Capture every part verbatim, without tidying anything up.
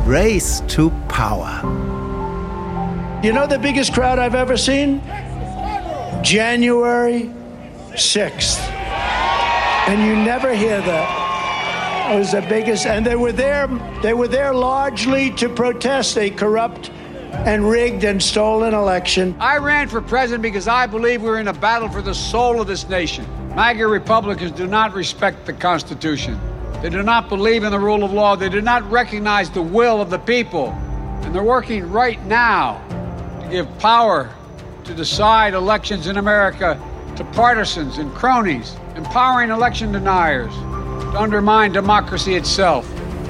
Race to Power. You know the biggest crowd I've ever seen? January sixth. And you never hear that. It was the biggest, and they were there, they were there largely to protest a corrupt and rigged and stolen election. I ran for president because I believe we're in a battle for the soul of this nation. MAGA Republicans do not respect the Constitution. They do not believe in the rule of law. They do not recognize the will of the people. And they're working right now to give power to decide elections in America to partisans and cronies, empowering election deniers to undermine democracy itself.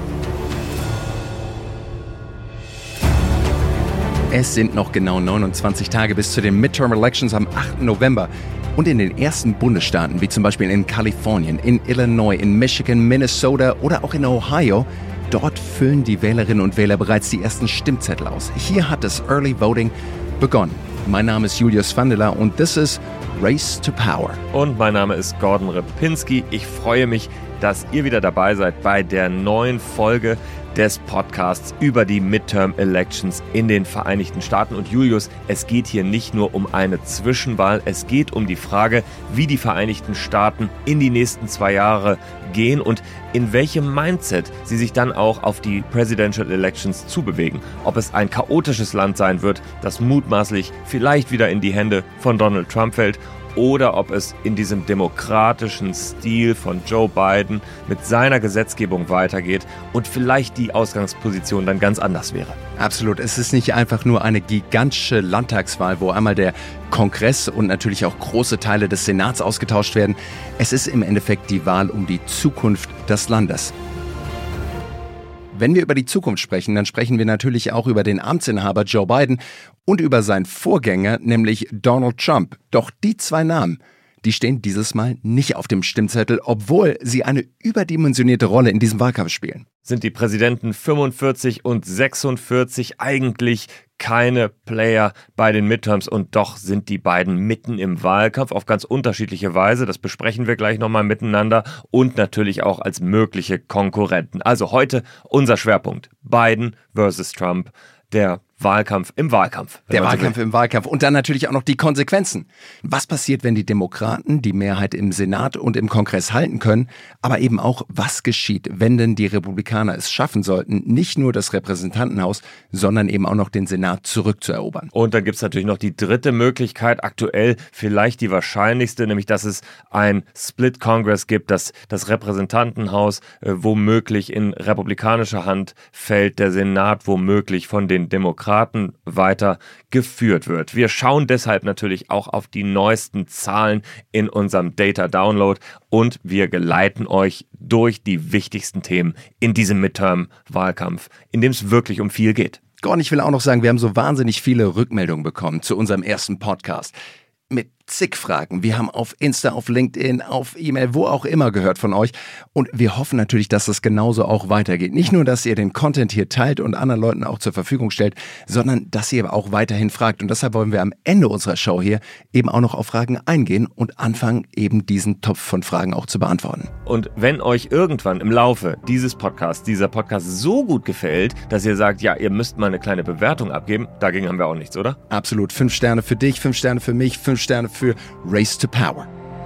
Es sind noch genau neunundzwanzig Tage bis zu den Midterm Elections am achten November. Und in den ersten Bundesstaaten, wie zum Beispiel in Kalifornien, in Illinois, in Michigan, Minnesota oder auch in Ohio, dort füllen die Wählerinnen und Wähler bereits die ersten Stimmzettel aus. Hier hat das Early Voting begonnen. Mein Name ist Julius Vandela und this is Race to Power. Und mein Name ist Gordon Repinski. Ich freue mich, dass ihr wieder dabei seid bei der neuen Folge des Podcasts über die Midterm Elections in den Vereinigten Staaten. Und Julius, es geht hier nicht nur um eine Zwischenwahl, es geht um die Frage, wie die Vereinigten Staaten in die nächsten zwei Jahre gehen und in welchem Mindset sie sich dann auch auf die Presidential Elections zubewegen. Ob es ein chaotisches Land sein wird, das mutmaßlich vielleicht wieder in die Hände von Donald Trump fällt, oder ob es in diesem demokratischen Stil von Joe Biden mit seiner Gesetzgebung weitergeht und vielleicht die Ausgangsposition dann ganz anders wäre. Absolut. Es ist nicht einfach nur eine gigantische Landtagswahl, wo einmal der Kongress und natürlich auch große Teile des Senats ausgetauscht werden. Es ist im Endeffekt die Wahl um die Zukunft des Landes. Wenn wir über die Zukunft sprechen, dann sprechen wir natürlich auch über den Amtsinhaber Joe Biden und über seinen Vorgänger, nämlich Donald Trump. Doch die zwei Namen, die stehen dieses Mal nicht auf dem Stimmzettel, obwohl sie eine überdimensionierte Rolle in diesem Wahlkampf spielen. Sind die Präsidenten fünfundvierzig und sechsundvierzig eigentlich keine Player bei den Midterms und doch sind die beiden mitten im Wahlkampf auf ganz unterschiedliche Weise. Das besprechen wir gleich nochmal miteinander und natürlich auch als mögliche Konkurrenten. Also heute unser Schwerpunkt: Biden versus Trump, der Wahlkampf im Wahlkampf. Der Wahlkampf im Wahlkampf und dann natürlich auch noch die Konsequenzen. Was passiert, wenn die Demokraten die Mehrheit im Senat und im Kongress halten können, aber eben auch, was geschieht, wenn denn die Republikaner es schaffen sollten, nicht nur das Repräsentantenhaus, sondern eben auch noch den Senat zurückzuerobern. Und dann gibt es natürlich noch die dritte Möglichkeit, aktuell vielleicht die wahrscheinlichste, nämlich dass es ein Split Congress gibt, dass das Repräsentantenhaus äh, womöglich in republikanischer Hand fällt, der Senat womöglich von den Demokraten weiter geführt wird. Wir schauen deshalb natürlich auch auf die neuesten Zahlen in unserem Data Download und wir geleiten euch durch die wichtigsten Themen in diesem Midterm-Wahlkampf, in dem es wirklich um viel geht. Gordon, ich will auch noch sagen, wir haben so wahnsinnig viele Rückmeldungen bekommen zu unserem ersten Podcast. Mit zig Fragen. Wir haben auf Insta, auf LinkedIn, auf E-Mail, wo auch immer gehört von euch. Und wir hoffen natürlich, dass das genauso auch weitergeht. Nicht nur, dass ihr den Content hier teilt und anderen Leuten auch zur Verfügung stellt, sondern dass ihr auch weiterhin fragt. Und deshalb wollen wir am Ende unserer Show hier eben auch noch auf Fragen eingehen und anfangen, eben diesen Topf von Fragen auch zu beantworten. Und wenn euch irgendwann im Laufe dieses Podcasts, dieser Podcast so gut gefällt, dass ihr sagt, ja, ihr müsst mal eine kleine Bewertung abgeben, dagegen haben wir auch nichts, oder? Absolut. Fünf Sterne für dich, fünf Sterne für mich, fünf Sterne für Race to Power.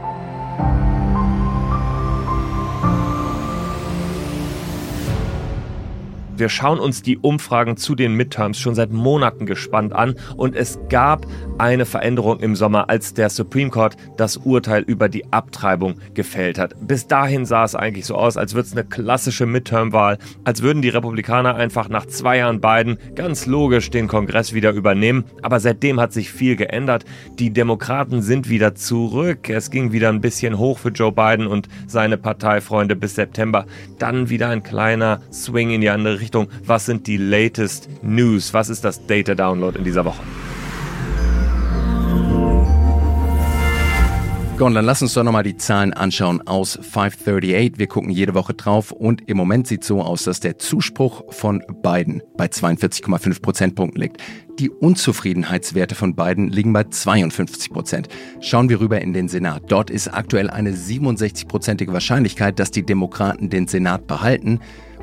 Wir schauen uns die Umfragen zu den Midterms schon seit Monaten gespannt an und es gab eine Veränderung im Sommer, als der Supreme Court das Urteil über die Abtreibung gefällt hat. Bis dahin sah es eigentlich so aus, als würde es eine klassische Midterm-Wahl, als würden die Republikaner einfach nach zwei Jahren Biden ganz logisch den Kongress wieder übernehmen. Aber seitdem hat sich viel geändert. Die Demokraten sind wieder zurück. Es ging wieder ein bisschen hoch für Joe Biden und seine Parteifreunde bis September. Dann wieder ein kleiner Swing in die andere Richtung. Richtung, was sind die latest News? Was ist das Data Download in dieser Woche? Gordon, dann lass uns doch nochmal die Zahlen anschauen aus fünfhundertachtundachtzig. Wir gucken jede Woche drauf und im Moment sieht es so aus, dass der Zuspruch von Biden bei zweiundvierzig Komma fünf Prozentpunkten liegt. Die Unzufriedenheitswerte von Biden liegen bei zweiundfünfzig Prozent. Schauen wir rüber in den Senat. Dort ist aktuell eine siebenundsechzig-prozentige Wahrscheinlichkeit, dass die Demokraten den Senat behalten.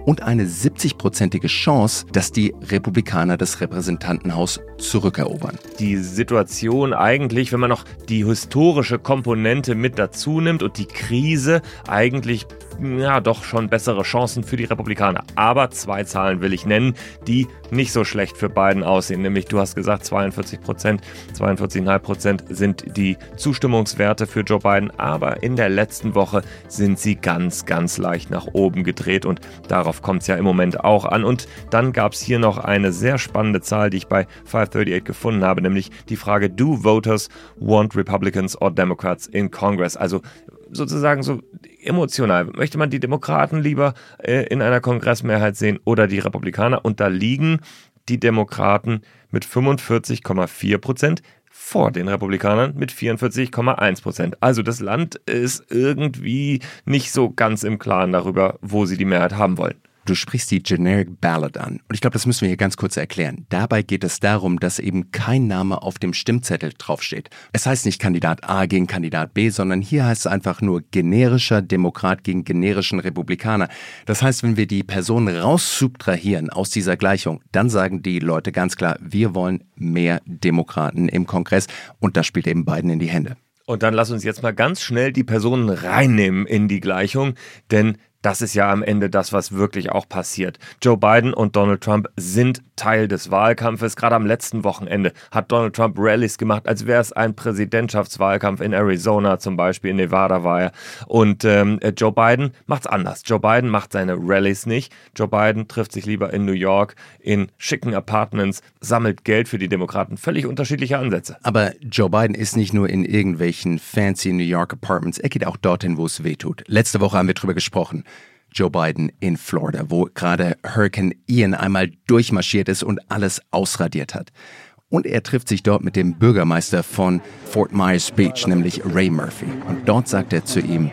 und eine siebzig-prozentige Chance, dass die Republikaner das Repräsentantenhaus zurückerobern. Die Situation eigentlich, wenn man noch die historische Komponente mit dazu nimmt und die Krise, eigentlich ja doch schon bessere Chancen für die Republikaner. Aber zwei Zahlen will ich nennen, die nicht so schlecht für Biden aussehen. Nämlich, du hast gesagt, zweiundvierzig Prozent, zweiundvierzig Komma fünf Prozent sind die Zustimmungswerte für Joe Biden. Aber in der letzten Woche sind sie ganz, ganz leicht nach oben gedreht und darauf kommt es ja im Moment auch an. Und dann gab es hier noch eine sehr spannende Zahl, die ich bei five thirty-eight gefunden habe, nämlich die Frage, do voters want Republicans or Democrats in Congress? Also sozusagen so emotional. Möchte man die Demokraten lieber äh, in einer Kongressmehrheit sehen oder die Republikaner? Und da liegen die Demokraten mit fünfundvierzig Komma vier Prozent vor den Republikanern mit vierundvierzig Komma eins Prozent. Also das Land ist irgendwie nicht so ganz im Klaren darüber, wo sie die Mehrheit haben wollen. Du sprichst die Generic Ballot an. Und ich glaube, das müssen wir hier ganz kurz erklären. Dabei geht es darum, dass eben kein Name auf dem Stimmzettel draufsteht. Es heißt nicht Kandidat A gegen Kandidat B, sondern hier heißt es einfach nur generischer Demokrat gegen generischen Republikaner. Das heißt, wenn wir die Personen raussubtrahieren aus dieser Gleichung, dann sagen die Leute ganz klar, wir wollen mehr Demokraten im Kongress. Und das spielt eben Biden in die Hände. Und dann lass uns jetzt mal ganz schnell die Personen reinnehmen in die Gleichung, denn das ist ja am Ende das, was wirklich auch passiert. Joe Biden und Donald Trump sind Teil des Wahlkampfes. Gerade am letzten Wochenende hat Donald Trump Rallyes gemacht, als wäre es ein Präsidentschaftswahlkampf in Arizona zum Beispiel, in Nevada war er. Und ähm, Joe Biden macht's anders. Joe Biden macht seine Rallies nicht. Joe Biden trifft sich lieber in New York, in schicken Apartments, sammelt Geld für die Demokraten. Völlig unterschiedliche Ansätze. Aber Joe Biden ist nicht nur in irgendwelchen fancy New York Apartments. Er geht auch dorthin, wo es weh tut. Letzte Woche haben wir drüber gesprochen. Joe Biden in Florida, wo gerade Hurricane Ian einmal durchmarschiert ist und alles ausradiert hat. Und er trifft sich dort mit dem Bürgermeister von Fort Myers Beach, nämlich Ray Murphy. Und dort sagt er zu ihm,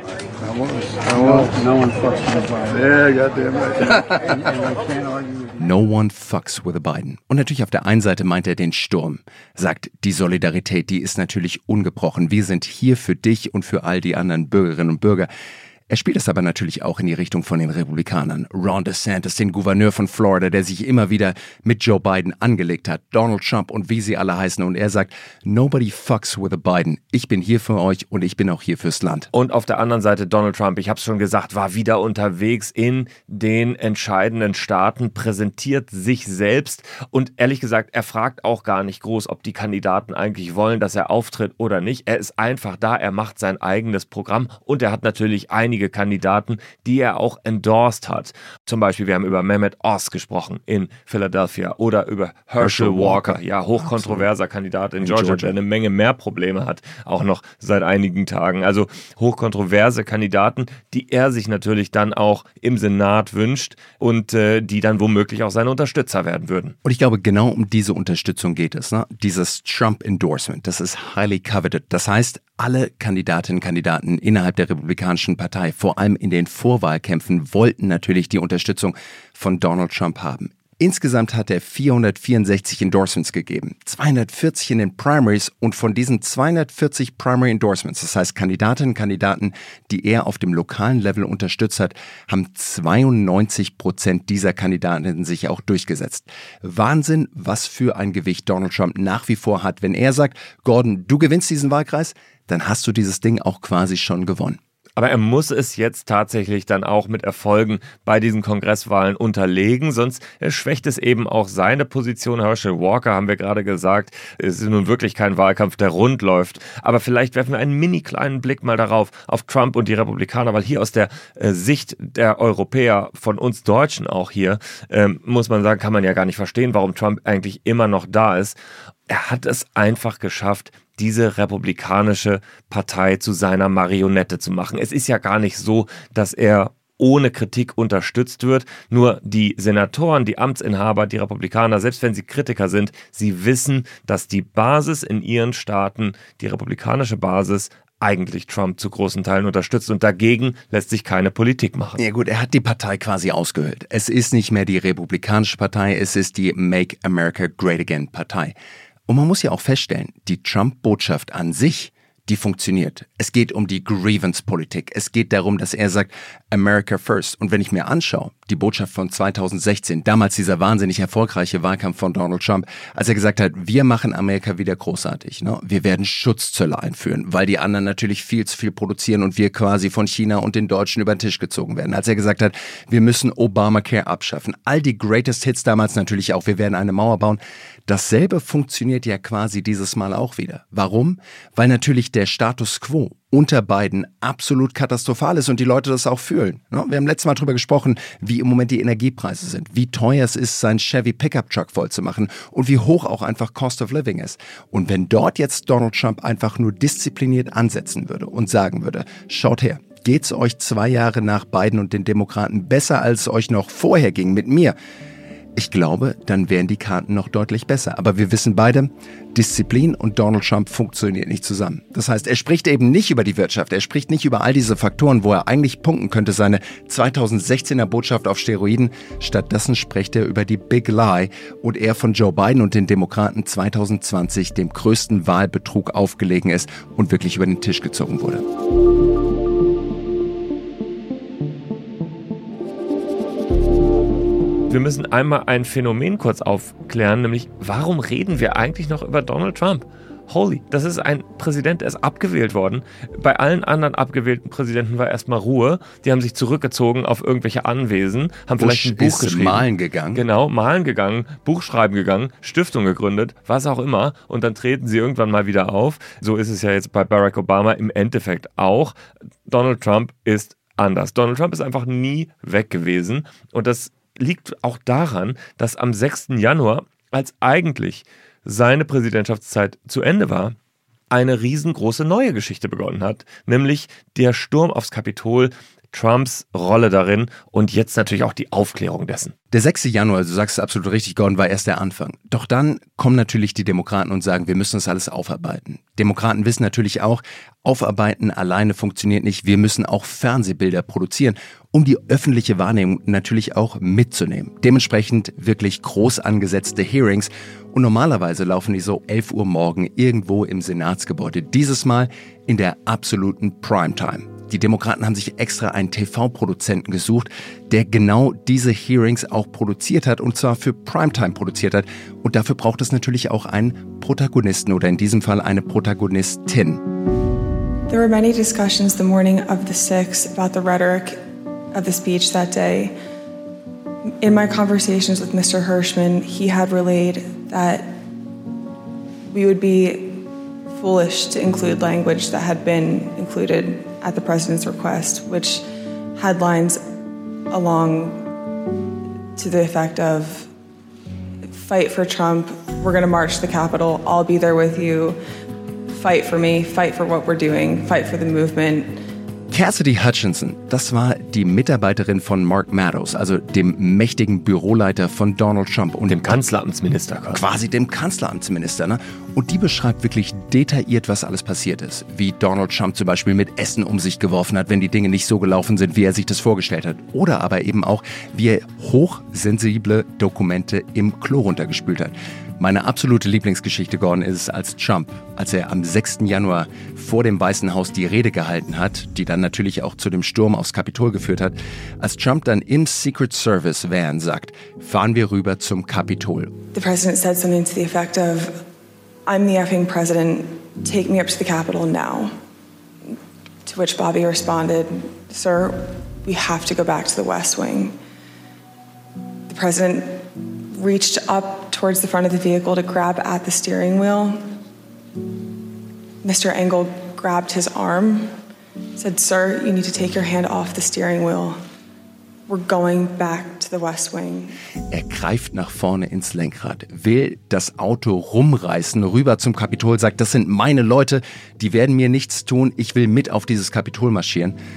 No one fucks with a Biden. Und natürlich auf der einen Seite meint er den Sturm, sagt, die Solidarität, die ist natürlich ungebrochen. Wir sind hier für dich und für all die anderen Bürgerinnen und Bürger. Er spielt es aber natürlich auch in die Richtung von den Republikanern. Ron DeSantis, den Gouverneur von Florida, der sich immer wieder mit Joe Biden angelegt hat. Donald Trump und wie sie alle heißen. Und er sagt, nobody fucks with a Biden. Ich bin hier für euch und ich bin auch hier fürs Land. Und auf der anderen Seite Donald Trump, ich habe es schon gesagt, war wieder unterwegs in den entscheidenden Staaten, präsentiert sich selbst. Und ehrlich gesagt, er fragt auch gar nicht groß, ob die Kandidaten eigentlich wollen, dass er auftritt oder nicht. Er ist einfach da, er macht sein eigenes Programm und er hat natürlich einige Kandidaten, die er auch endorsed hat. Zum Beispiel, wir haben über Mehmet Oz gesprochen in Philadelphia oder über Herschel, Herschel Walker, Walker, ja, hochkontroverser Kandidat in, in Georgia, Georgia, der eine Menge mehr Probleme hat, auch noch seit einigen Tagen. Also hochkontroverse Kandidaten, die er sich natürlich dann auch im Senat wünscht und äh, die dann womöglich auch seine Unterstützer werden würden. Und ich glaube, genau um diese Unterstützung geht es. Ne? Dieses Trump-Endorsement, das ist highly coveted. Das heißt, alle Kandidatinnen und Kandidaten innerhalb der Republikanischen Partei, vor allem in den Vorwahlkämpfen, wollten natürlich die Unterstützung von Donald Trump haben. Insgesamt hat er vierhundertvierundsechzig Endorsements gegeben, zweihundertvierzig in den Primaries und von diesen zweihundertvierzig Primary Endorsements, das heißt Kandidatinnen und Kandidaten, die er auf dem lokalen Level unterstützt hat, haben zweiundneunzig Prozent dieser Kandidaten sich auch durchgesetzt. Wahnsinn, was für ein Gewicht Donald Trump nach wie vor hat. Wenn er sagt, Gordon, du gewinnst diesen Wahlkreis, dann hast du dieses Ding auch quasi schon gewonnen. Aber er muss es jetzt tatsächlich dann auch mit Erfolgen bei diesen Kongresswahlen unterlegen, sonst schwächt es eben auch seine Position. Herschel Walker, haben wir gerade gesagt, es ist nun wirklich kein Wahlkampf, der rund läuft. Aber vielleicht werfen wir einen mini kleinen Blick mal darauf, auf Trump und die Republikaner, weil hier aus der äh, Sicht der Europäer, von uns Deutschen auch hier, ähm, muss man sagen, kann man ja gar nicht verstehen, warum Trump eigentlich immer noch da ist. Er hat es einfach geschafft, diese republikanische Partei zu seiner Marionette zu machen. Es ist ja gar nicht so, dass er ohne Kritik unterstützt wird. Nur die Senatoren, die Amtsinhaber, die Republikaner, selbst wenn sie Kritiker sind, sie wissen, dass die Basis in ihren Staaten, die republikanische Basis, eigentlich Trump zu großen Teilen unterstützt und dagegen lässt sich keine Politik machen. Ja gut, er hat die Partei quasi ausgehöhlt. Es ist nicht mehr die Republikanische Partei, es ist die Make America Great Again Partei. Und man muss ja auch feststellen, die Trump-Botschaft an sich, die funktioniert. Es geht um die Grievance-Politik. Es geht darum, dass er sagt, America first. Und wenn ich mir anschaue, die Botschaft von zweitausendsechzehn, damals dieser wahnsinnig erfolgreiche Wahlkampf von Donald Trump, als er gesagt hat, wir machen Amerika wieder großartig. Ne? Wir werden Schutzzölle einführen, weil die anderen natürlich viel zu viel produzieren und wir quasi von China und den Deutschen über den Tisch gezogen werden. Als er gesagt hat, wir müssen Obamacare abschaffen. All die Greatest Hits damals natürlich auch, wir werden eine Mauer bauen. Dasselbe funktioniert ja quasi dieses Mal auch wieder. Warum? Weil natürlich der Status quo unter Biden absolut katastrophal ist und die Leute das auch fühlen. Wir haben letztes Mal darüber gesprochen, wie im Moment die Energiepreise sind, wie teuer es ist, seinen Chevy Pickup Truck voll zu machen und wie hoch auch einfach Cost of Living ist. Und wenn dort jetzt Donald Trump einfach nur diszipliniert ansetzen würde und sagen würde, schaut her, geht's euch zwei Jahre nach Biden und den Demokraten besser, als es euch noch vorher ging mit mir? Ich glaube, dann wären die Karten noch deutlich besser. Aber wir wissen beide, Disziplin und Donald Trump funktioniert nicht zusammen. Das heißt, er spricht eben nicht über die Wirtschaft, er spricht nicht über all diese Faktoren, wo er eigentlich punkten könnte, seine zweitausendsechzehner Botschaft auf Steroiden. Stattdessen spricht er über die Big Lie und er von Joe Biden und den Demokraten zweitausendzwanzig dem größten Wahlbetrug aufgelegen ist und wirklich über den Tisch gezogen wurde. Wir müssen einmal ein Phänomen kurz aufklären, nämlich warum reden wir eigentlich noch über Donald Trump? Holy, das ist ein Präsident, der ist abgewählt worden. Bei allen anderen abgewählten Präsidenten war erstmal Ruhe. Die haben sich zurückgezogen auf irgendwelche Anwesen, haben Bush vielleicht ein Buch ist geschrieben. malen gegangen. Genau, malen gegangen, Buch schreiben gegangen, Stiftung gegründet, was auch immer. Und dann treten sie irgendwann mal wieder auf. So ist es ja jetzt bei Barack Obama im Endeffekt auch. Donald Trump ist anders. Donald Trump ist einfach nie weg gewesen. Und das liegt auch daran, dass am sechsten Januar, als eigentlich seine Präsidentschaftszeit zu Ende war, eine riesengroße neue Geschichte begonnen hat, nämlich der Sturm aufs Kapitol, Trumps Rolle darin und jetzt natürlich auch die Aufklärung dessen. Der sechste Januar, du sagst es absolut richtig, Gordon, war erst der Anfang. Doch dann kommen natürlich die Demokraten und sagen, wir müssen das alles aufarbeiten. Demokraten wissen natürlich auch, aufarbeiten alleine funktioniert nicht. Wir müssen auch Fernsehbilder produzieren, um die öffentliche Wahrnehmung natürlich auch mitzunehmen. Dementsprechend wirklich groß angesetzte Hearings. Und normalerweise laufen die so elf Uhr morgen irgendwo im Senatsgebäude. Dieses Mal in der absoluten Primetime. Die Demokraten haben sich extra einen T V-Produzenten gesucht, der genau diese Hearings auch produziert hat und zwar für Primetime produziert hat. Und dafür braucht es natürlich auch einen Protagonisten oder in diesem Fall eine Protagonistin. There were many discussions the morning of the sixth about the rhetoric of the speech that day. In my conversations with Mister Hirschman, he had relayed that we would be foolish to include language that had been included at the president's request, which had lines along to the effect of, fight for Trump, we're going to march to the Capitol, I'll be there with you, fight for me, fight for what we're doing, fight for the movement. Cassidy Hutchinson, das war die Mitarbeiterin von Mark Meadows, also dem mächtigen Büroleiter von Donald Trump. Und dem Kanzleramtsminister. Quasi, quasi dem Kanzleramtsminister. Ne? Und die beschreibt wirklich detailliert, was alles passiert ist. Wie Donald Trump zum Beispiel mit Essen um sich geworfen hat, wenn die Dinge nicht so gelaufen sind, wie er sich das vorgestellt hat. Oder aber eben auch, wie er hochsensible Dokumente im Klo runtergespült hat. Meine absolute Lieblingsgeschichte, Gordon, ist es, als Trump, als er am sechsten Januar vor dem Weißen Haus die Rede gehalten hat, die dann natürlich auch zu dem Sturm aufs Kapitol geführt hat, als Trump dann im Secret Service Van sagt, fahren wir rüber zum Kapitol. The president said something to the effect of, I'm the effing president, take me up to the Capitol now. To which Bobby responded, sir, we have to go back to the West Wing. The president reached up towards the front of the vehicle to grab at the steering wheel. Mister Engel grabbed his arm, said, sir, you need to take your hand off the steering wheel. We're going back to the West Wing. Er greift nach vorne ins Lenkrad, will das Auto rumreißen, rüber zum Kapitol, sagt, das sind meine Leute, die werden mir nichts tun, ich will mit auf dieses Kapitol marschieren.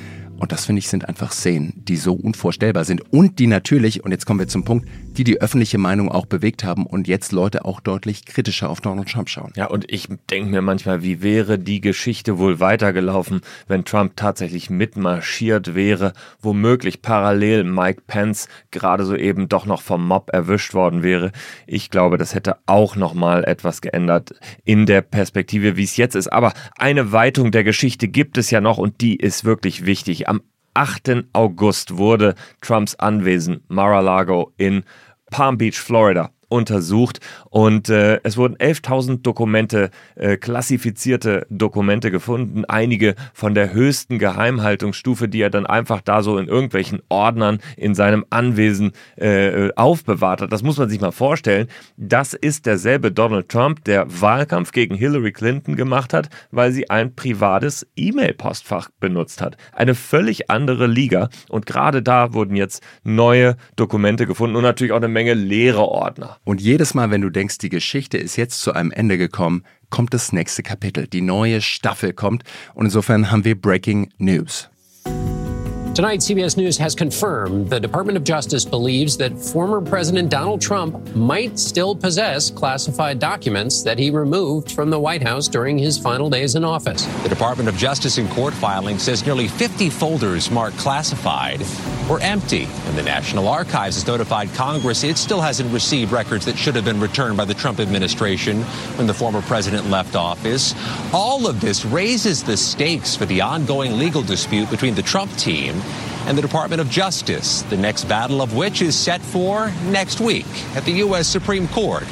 Und das, finde ich, sind einfach Szenen, die so unvorstellbar sind und die natürlich, und jetzt kommen wir zum Punkt, die die öffentliche Meinung auch bewegt haben und jetzt Leute auch deutlich kritischer auf Donald Trump schauen. Ja, und ich denke mir manchmal, wie wäre die Geschichte wohl weitergelaufen, wenn Trump tatsächlich mitmarschiert wäre, womöglich parallel Mike Pence gerade soeben doch noch vom Mob erwischt worden wäre. Ich glaube, das hätte auch nochmal etwas geändert in der Perspektive, wie es jetzt ist. Aber eine Weitung der Geschichte gibt es ja noch und die ist wirklich wichtig. Am achten August wurde Trumps Anwesen Mar-a-Lago in Palm Beach, Florida, untersucht und äh, es wurden elftausend Dokumente, äh, klassifizierte Dokumente gefunden, einige von der höchsten Geheimhaltungsstufe, die er dann einfach da so in irgendwelchen Ordnern in seinem Anwesen äh, aufbewahrt hat. Das muss man sich mal vorstellen. Das ist derselbe Donald Trump, der Wahlkampf gegen Hillary Clinton gemacht hat, weil sie ein privates E-Mail-Postfach benutzt hat. Eine völlig andere Liga und gerade da wurden jetzt neue Dokumente gefunden und natürlich auch eine Menge leere Ordner. Und jedes Mal, wenn du denkst, die Geschichte ist jetzt zu einem Ende gekommen, kommt das nächste Kapitel. Die neue Staffel kommt und insofern haben wir Breaking News. Tonight, C B S News has confirmed the Department of Justice believes that former President Donald Trump might still possess classified documents that he removed from the White House during his final days in office. The Department of Justice in court filing says nearly fifty folders marked classified were empty. And the National Archives has notified Congress it still hasn't received records that should have been returned by the Trump administration when the former president left office. All of this raises the stakes for the ongoing legal dispute between the Trump team and the Department of Justice, the next battle of which is set for next week at the U S Supreme Court.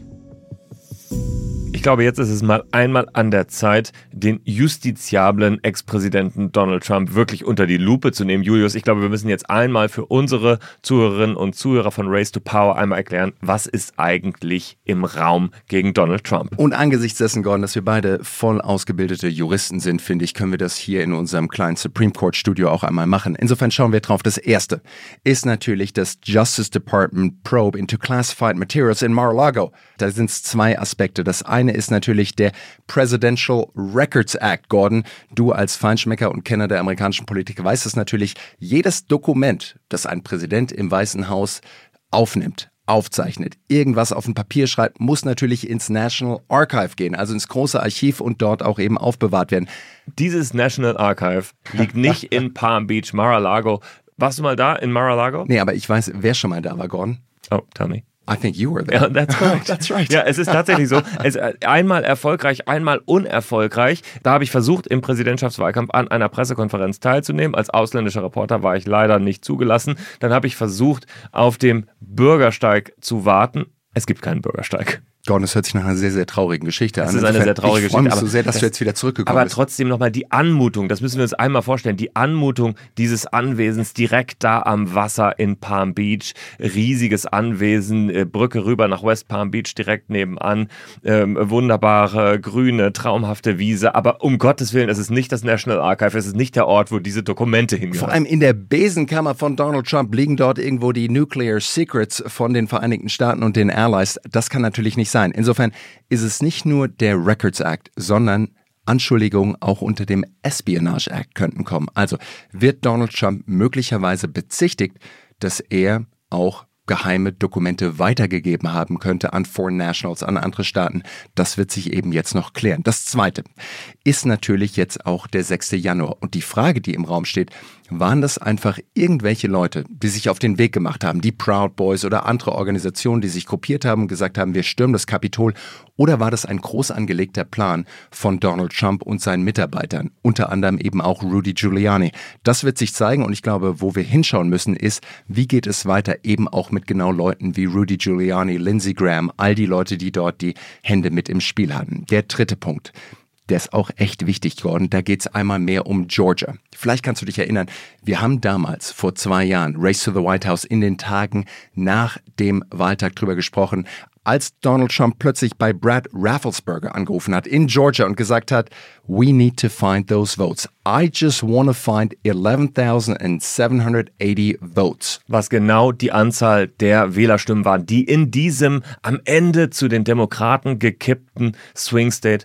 Ich glaube, jetzt ist es mal einmal an der Zeit, den justiziablen Ex-Präsidenten Donald Trump wirklich unter die Lupe zu nehmen. Julius, ich glaube, wir müssen jetzt einmal für unsere Zuhörerinnen und Zuhörer von Race to Power einmal erklären, was ist eigentlich im Raum gegen Donald Trump? Und angesichts dessen, Gordon, dass wir beide voll ausgebildete Juristen sind, finde ich, können wir das hier in unserem kleinen Supreme Court Studio auch einmal machen. Insofern schauen wir drauf. Das erste ist natürlich das Justice Department Probe into Classified Materials in Mar-a-Lago. Da sind es zwei Aspekte. Das eine ist natürlich der Presidential Records Act. Gordon, du als Feinschmecker und Kenner der amerikanischen Politik weißt es natürlich, jedes Dokument, das ein Präsident im Weißen Haus aufnimmt, aufzeichnet, irgendwas auf ein Papier schreibt, muss natürlich ins National Archive gehen, also ins große Archiv und dort auch eben aufbewahrt werden. Dieses National Archive liegt nicht in Palm Beach, Mar-a-Lago. Warst du mal da in Mar-a-Lago? Nee, aber ich weiß, wer schon mal da war, Gordon. Oh, tell me. I think you were there. Ja, that's correct. That's right. Ja, es ist tatsächlich so. Es, einmal erfolgreich, einmal unerfolgreich. Da habe ich versucht, im Präsidentschaftswahlkampf an einer Pressekonferenz teilzunehmen. Als ausländischer Reporter war ich leider nicht zugelassen. Dann habe ich versucht, auf dem Bürgersteig zu warten. Es gibt keinen Bürgersteig. Gordon, das hört sich nach einer sehr, sehr traurigen Geschichte an. Das ist eine sehr traurige Geschichte. Ich freue mich Geschichte, so sehr, dass das, du jetzt wieder zurückgekommen aber bist. Aber trotzdem nochmal die Anmutung, das müssen wir uns einmal vorstellen, die Anmutung dieses Anwesens direkt da am Wasser in Palm Beach, riesiges Anwesen, Brücke rüber nach West Palm Beach direkt nebenan, ähm, wunderbare, grüne, traumhafte Wiese, aber um Gottes Willen, es ist nicht das National Archive, es ist nicht der Ort, wo diese Dokumente hingehören. Vor allem in der Besenkammer von Donald Trump liegen dort irgendwo die Nuclear Secrets von den Vereinigten Staaten und den Allies. Das kann natürlich nicht sein. Insofern ist es nicht nur der Records Act, sondern Anschuldigungen auch unter dem Espionage Act könnten kommen. Also wird Donald Trump möglicherweise bezichtigt, dass er auch geheime Dokumente weitergegeben haben könnte an Foreign Nationals, an andere Staaten. Das wird sich eben jetzt noch klären. Das Zweite ist natürlich jetzt auch der sechste Januar. Und die Frage, die im Raum steht, waren das einfach irgendwelche Leute, die sich auf den Weg gemacht haben, die Proud Boys oder andere Organisationen, die sich gruppiert haben und gesagt haben, wir stürmen das Kapitol? Oder war das ein groß angelegter Plan von Donald Trump und seinen Mitarbeitern, unter anderem eben auch Rudy Giuliani? Das wird sich zeigen und ich glaube, wo wir hinschauen müssen, ist, wie geht es weiter eben auch mit genau Leuten wie Rudy Giuliani, Lindsey Graham, all die Leute, die dort die Hände mit im Spiel hatten. Der dritte Punkt. Der ist auch echt wichtig, Gordon. Da geht es einmal mehr um Georgia. Vielleicht kannst du dich erinnern, wir haben damals vor zwei Jahren Race to the White House in den Tagen nach dem Wahltag drüber gesprochen, als Donald Trump plötzlich bei Brad Raffensperger angerufen hat in Georgia und gesagt hat, we need to find those votes. I just want to find eleven thousand seven hundred eighty votes. Was genau die Anzahl der Wählerstimmen waren, die in diesem am Ende zu den Demokraten gekippten Swing State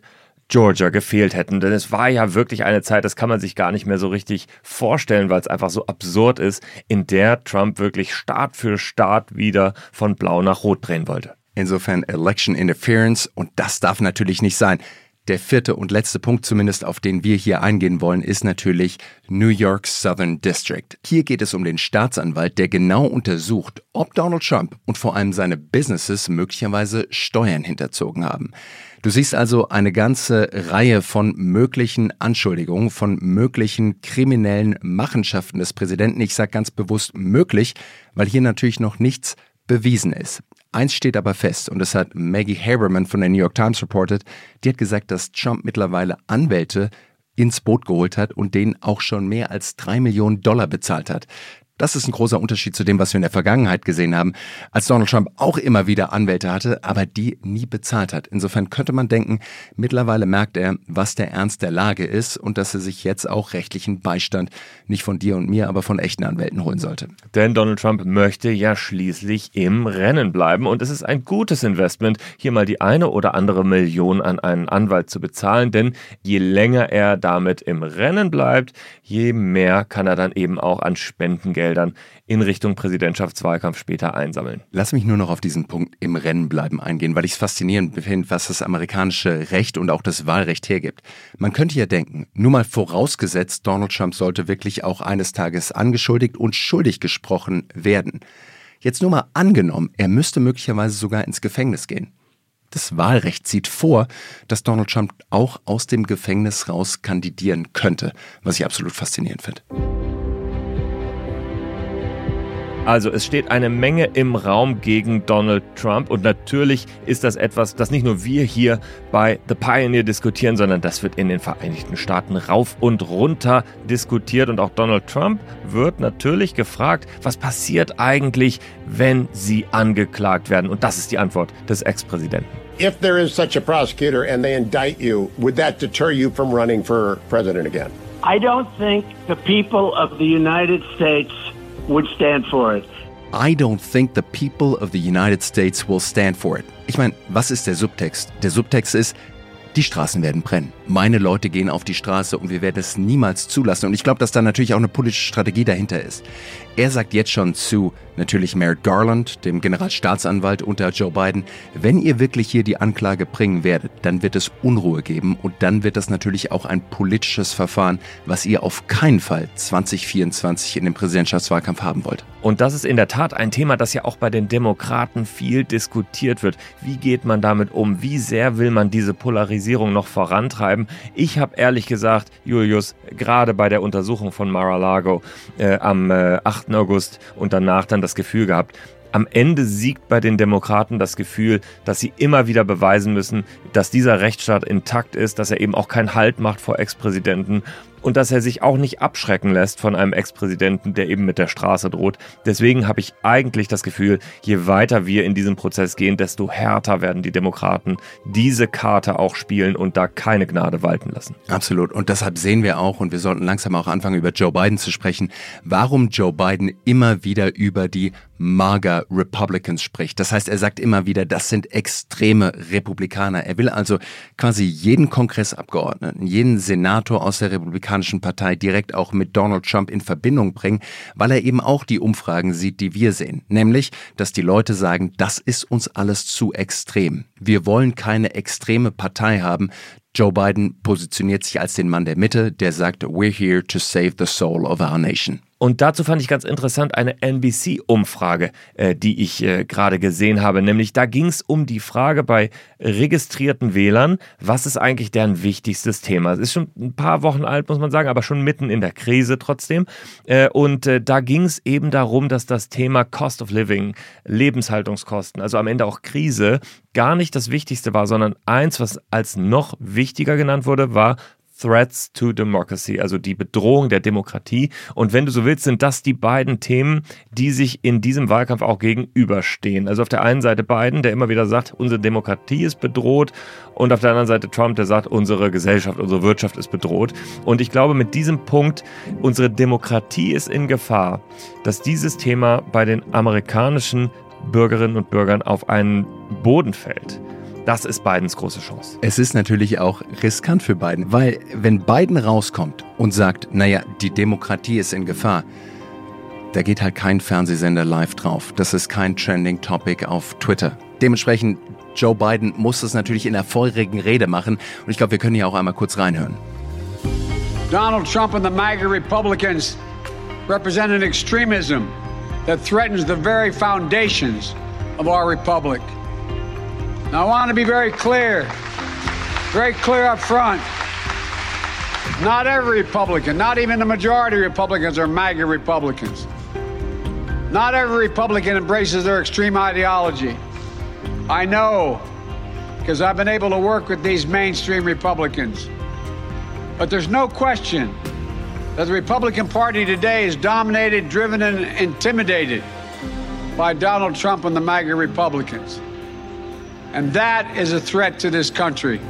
Georgia gefehlt hätten. Denn es war ja wirklich eine Zeit, das kann man sich gar nicht mehr so richtig vorstellen, weil es einfach so absurd ist, in der Trump wirklich Staat für Staat wieder von blau nach rot drehen wollte. Insofern Election Interference, und das darf natürlich nicht sein. Der vierte und letzte Punkt zumindest, auf den wir hier eingehen wollen, ist natürlich New York Southern District. Hier geht es um den Staatsanwalt, der genau untersucht, ob Donald Trump und vor allem seine Businesses möglicherweise Steuern hinterzogen haben. Du siehst also eine ganze Reihe von möglichen Anschuldigungen, von möglichen kriminellen Machenschaften des Präsidenten. Ich sage ganz bewusst möglich, weil hier natürlich noch nichts bewiesen ist. Eins steht aber fest, und das hat Maggie Haberman von der New York Times reported. Die hat gesagt, dass Trump mittlerweile Anwälte ins Boot geholt hat und denen auch schon mehr als drei Millionen Dollar bezahlt hat. Das ist ein großer Unterschied zu dem, was wir in der Vergangenheit gesehen haben, als Donald Trump auch immer wieder Anwälte hatte, aber die nie bezahlt hat. Insofern könnte man denken, mittlerweile merkt er, was der Ernst der Lage ist und dass er sich jetzt auch rechtlichen Beistand nicht von dir und mir, aber von echten Anwälten holen sollte. Denn Donald Trump möchte ja schließlich im Rennen bleiben und es ist ein gutes Investment, hier mal die eine oder andere Million an einen Anwalt zu bezahlen, denn je länger er damit im Rennen bleibt, je mehr kann er dann eben auch an Spendengeld in Richtung Präsidentschaftswahlkampf später einsammeln. Lass mich nur noch auf diesen Punkt im Rennen bleiben eingehen, weil ich es faszinierend finde, was das amerikanische Recht und auch das Wahlrecht hergibt. Man könnte ja denken, nur mal vorausgesetzt, Donald Trump sollte wirklich auch eines Tages angeschuldigt und schuldig gesprochen werden. Jetzt nur mal angenommen, er müsste möglicherweise sogar ins Gefängnis gehen. Das Wahlrecht sieht vor, dass Donald Trump auch aus dem Gefängnis raus kandidieren könnte, was ich absolut faszinierend finde. Also es steht eine Menge im Raum gegen Donald Trump und natürlich ist das etwas, das nicht nur wir hier bei The Pioneer diskutieren, sondern das wird in den Vereinigten Staaten rauf und runter diskutiert und auch Donald Trump wird natürlich gefragt, was passiert eigentlich, wenn sie angeklagt werden? Und das ist die Antwort des Ex-Präsidenten. If there is such a prosecutor and they indict you, would that deter you from running for president again? I don't think the people of the United States would stand for it. I don't think the people of the United States will stand for it. Ich meine, was ist der Subtext? Der Subtext ist, die Straßen werden brennen. Meine Leute gehen auf die Straße und wir werden es niemals zulassen. Und ich glaube, dass da natürlich auch eine politische Strategie dahinter ist. Er sagt jetzt schon zu natürlich Merrick Garland, dem Generalstaatsanwalt unter Joe Biden, wenn ihr wirklich hier die Anklage bringen werdet, dann wird es Unruhe geben und dann wird das natürlich auch ein politisches Verfahren, was ihr auf keinen Fall zwanzig vierundzwanzig in dem Präsidentschaftswahlkampf haben wollt. Und das ist in der Tat ein Thema, das ja auch bei den Demokraten viel diskutiert wird. Wie geht man damit um? Wie sehr will man diese Polarisierung noch vorantreiben? Ich habe ehrlich gesagt, Julius, gerade bei der Untersuchung von Mar-a-Lago äh, am äh, achten August und danach dann das Gefühl gehabt, am Ende siegt bei den Demokraten das Gefühl, dass sie immer wieder beweisen müssen, dass dieser Rechtsstaat intakt ist, dass er eben auch keinen Halt macht vor Ex-Präsidenten und dass er sich auch nicht abschrecken lässt von einem Ex-Präsidenten, der eben mit der Straße droht. Deswegen habe ich eigentlich das Gefühl, je weiter wir in diesem Prozess gehen, desto härter werden die Demokraten diese Karte auch spielen und da keine Gnade walten lassen. Absolut. Und deshalb sehen wir auch, und wir sollten langsam auch anfangen, über Joe Biden zu sprechen, warum Joe Biden immer wieder über die MAGA Republicans spricht. Das heißt, er sagt immer wieder, das sind extreme Republikaner. Er will also quasi jeden Kongressabgeordneten, jeden Senator aus der Republikanischen Partei direkt auch mit Donald Trump in Verbindung bringen, weil er eben auch die Umfragen sieht, die wir sehen. Nämlich, dass die Leute sagen, das ist uns alles zu extrem. Wir wollen keine extreme Partei haben. Joe Biden positioniert sich als den Mann der Mitte, der sagt, we're here to save the soul of our nation. Und dazu fand ich ganz interessant eine N B C-Umfrage, äh, die ich äh, gerade gesehen habe. Nämlich da ging es um die Frage bei registrierten Wählern, was ist eigentlich deren wichtigstes Thema? Es ist schon ein paar Wochen alt, muss man sagen, aber schon mitten in der Krise trotzdem. Äh, und äh, da ging es eben darum, dass das Thema Cost of Living, Lebenshaltungskosten, also am Ende auch Krise, gar nicht das Wichtigste war, sondern eins, was als noch wichtiger genannt wurde, war Threats to Democracy, also die Bedrohung der Demokratie. Und wenn du so willst, sind das die beiden Themen, die sich in diesem Wahlkampf auch gegenüberstehen. Also auf der einen Seite Biden, der immer wieder sagt, unsere Demokratie ist bedroht, und auf der anderen Seite Trump, der sagt, unsere Gesellschaft, unsere Wirtschaft ist bedroht. Und ich glaube, mit diesem Punkt, unsere Demokratie ist in Gefahr, dass dieses Thema bei den amerikanischen Bürgerinnen und Bürgern auf einen Boden fällt, Das ist Bidens große Chance. Es ist natürlich auch riskant für Biden, weil wenn Biden rauskommt und sagt, naja, die Demokratie ist in Gefahr, da geht halt kein Fernsehsender live drauf. Das ist kein Trending Topic auf Twitter. Dementsprechend, Joe Biden muss es natürlich in der feurigen Rede machen. Und ich glaube, wir können hier auch einmal kurz reinhören. Donald Trump and the MAGA Republicans represent an extremism that threatens the very foundations of our republic. Now, I want to be very clear, very clear up front. Not every Republican, not even the majority of Republicans are MAGA Republicans. Not every Republican embraces their extreme ideology. I know, because I've been able to work with these mainstream Republicans. But there's no question that the Republican Party today is dominated, driven, and intimidated by Donald Trump and the MAGA Republicans. And that is a threat to this country.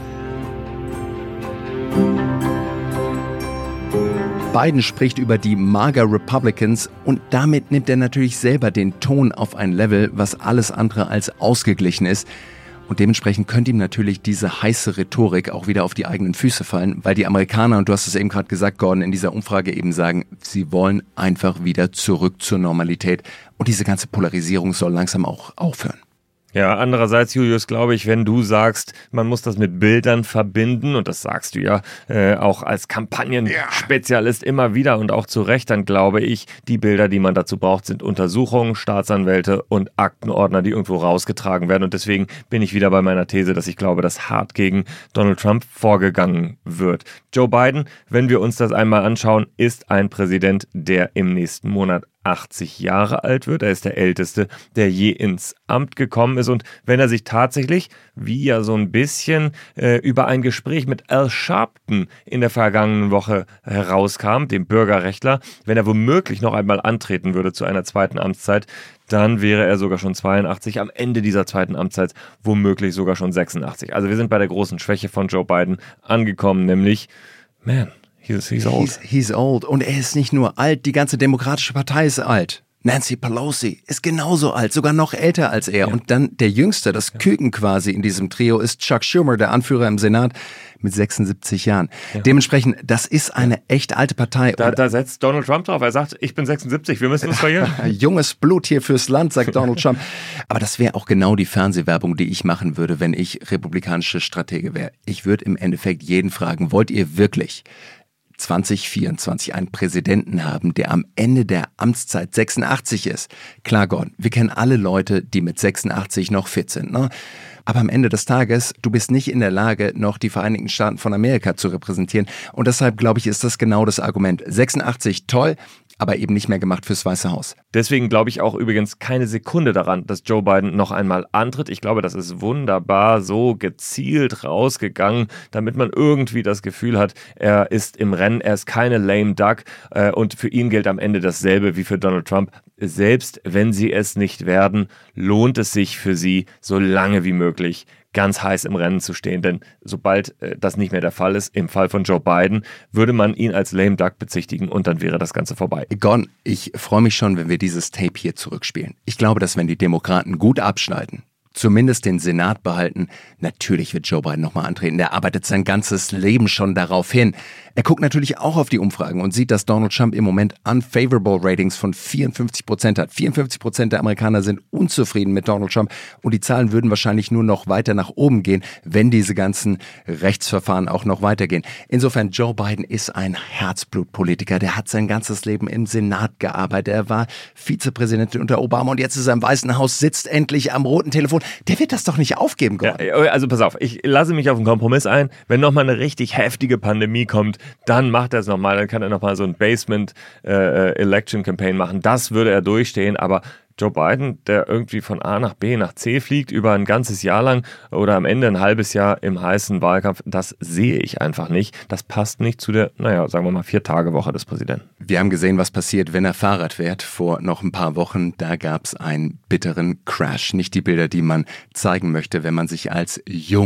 Biden spricht über die MAGA Republicans und damit nimmt er natürlich selber den Ton auf ein Level, was alles andere als ausgeglichen ist. Und dementsprechend könnte ihm natürlich diese heiße Rhetorik auch wieder auf die eigenen Füße fallen, weil die Amerikaner, und du hast es eben gerade gesagt, Gordon, in dieser Umfrage eben sagen, sie wollen einfach wieder zurück zur Normalität. Und diese ganze Polarisierung soll langsam auch aufhören. Ja, andererseits, Julius, glaube ich, wenn du sagst, man muss das mit Bildern verbinden, und das sagst du ja äh, auch als Kampagnenspezialist immer wieder und auch zu Recht, dann glaube ich, die Bilder, die man dazu braucht, sind Untersuchungen, Staatsanwälte und Aktenordner, die irgendwo rausgetragen werden. Und deswegen bin ich wieder bei meiner These, dass ich glaube, dass hart gegen Donald Trump vorgegangen wird. Joe Biden, wenn wir uns das einmal anschauen, ist ein Präsident, der im nächsten Monat achtzig Jahre alt wird. Er ist der Älteste, der je ins Amt gekommen ist. Und wenn er sich tatsächlich, wie ja so ein bisschen äh, über ein Gespräch mit Al Sharpton in der vergangenen Woche herauskam, dem Bürgerrechtler, wenn er womöglich noch einmal antreten würde zu einer zweiten Amtszeit, dann wäre er sogar schon zweiundachtzig, am Ende dieser zweiten Amtszeit womöglich sogar schon sechsundachtzig. Also wir sind bei der großen Schwäche von Joe Biden angekommen, nämlich, man, He's, he's old. He's, he's old. Und er ist nicht nur alt, die ganze Demokratische Partei ist alt. Nancy Pelosi ist genauso alt, sogar noch älter als er. Ja. Und dann der Jüngste, das ja. Küken quasi in diesem Trio, ist Chuck Schumer, der Anführer im Senat, mit sechsundsiebzig Jahren. Ja. Dementsprechend, das ist eine ja. echt alte Partei. Da, da setzt Donald Trump drauf. Er sagt, ich bin sechsundsiebzig, wir müssen uns verjähren. Junges Blut hier fürs Land, sagt Donald Trump. Aber das wäre auch genau die Fernsehwerbung, die ich machen würde, wenn ich republikanische Stratege wäre. Ich würde im Endeffekt jeden fragen, wollt ihr wirklich zwanzig vierundzwanzig einen Präsidenten haben, der am Ende der Amtszeit sechsundachtzig ist? Klar, Gordon, wir kennen alle Leute, die mit sechsundachtzig noch fit sind, ne? Aber am Ende des Tages, du bist nicht in der Lage, noch die Vereinigten Staaten von Amerika zu repräsentieren. Und deshalb, glaube ich, ist das genau das Argument. sechsundachtzig, toll, aber eben nicht mehr gemacht fürs Weiße Haus. Deswegen glaube ich auch übrigens keine Sekunde daran, dass Joe Biden noch einmal antritt. Ich glaube, das ist wunderbar so gezielt rausgegangen, damit man irgendwie das Gefühl hat, er ist im Rennen, er ist keine lame duck, äh, und für ihn gilt am Ende dasselbe wie für Donald Trump. Selbst wenn sie es nicht werden, lohnt es sich für sie, so lange wie möglich ganz heiß im Rennen zu stehen, denn sobald äh, das nicht mehr der Fall ist, im Fall von Joe Biden, würde man ihn als lame duck bezichtigen und dann wäre das Ganze vorbei. Gordon, ich freue mich schon, wenn wir dieses Tape hier zurückspielen. Ich glaube, dass wenn die Demokraten gut abschneiden, zumindest den Senat behalten, natürlich wird Joe Biden nochmal antreten. Der arbeitet sein ganzes Leben schon darauf hin. Er guckt natürlich auch auf die Umfragen und sieht, dass Donald Trump im Moment unfavorable Ratings von vierundfünfzig Prozent hat. vierundfünfzig Prozent der Amerikaner sind unzufrieden mit Donald Trump und die Zahlen würden wahrscheinlich nur noch weiter nach oben gehen, wenn diese ganzen Rechtsverfahren auch noch weitergehen. Insofern, Joe Biden ist ein Herzblutpolitiker. Der hat sein ganzes Leben im Senat gearbeitet. Er war Vizepräsident unter Obama und jetzt ist er im Weißen Haus, sitzt endlich am roten Telefon. Der wird das doch nicht aufgeben, Gordon. Ja, also pass auf, ich lasse mich auf einen Kompromiss ein. Wenn nochmal eine richtig heftige Pandemie kommt, dann macht er es nochmal. Dann kann er nochmal so ein Basement-Election-Campaign äh, machen. Das würde er durchstehen, aber Joe Biden, der irgendwie von A nach B nach C fliegt, über ein ganzes Jahr lang oder am Ende ein halbes Jahr im heißen Wahlkampf, das sehe ich einfach nicht. Das passt nicht zu der, naja, sagen wir mal, Vier-Tage-Woche des Präsidenten. Wir haben gesehen, was passiert, wenn er Fahrrad fährt. Vor noch ein paar Wochen, da gab es einen bitteren Crash. Nicht die Bilder, die man zeigen möchte, wenn man sich als jung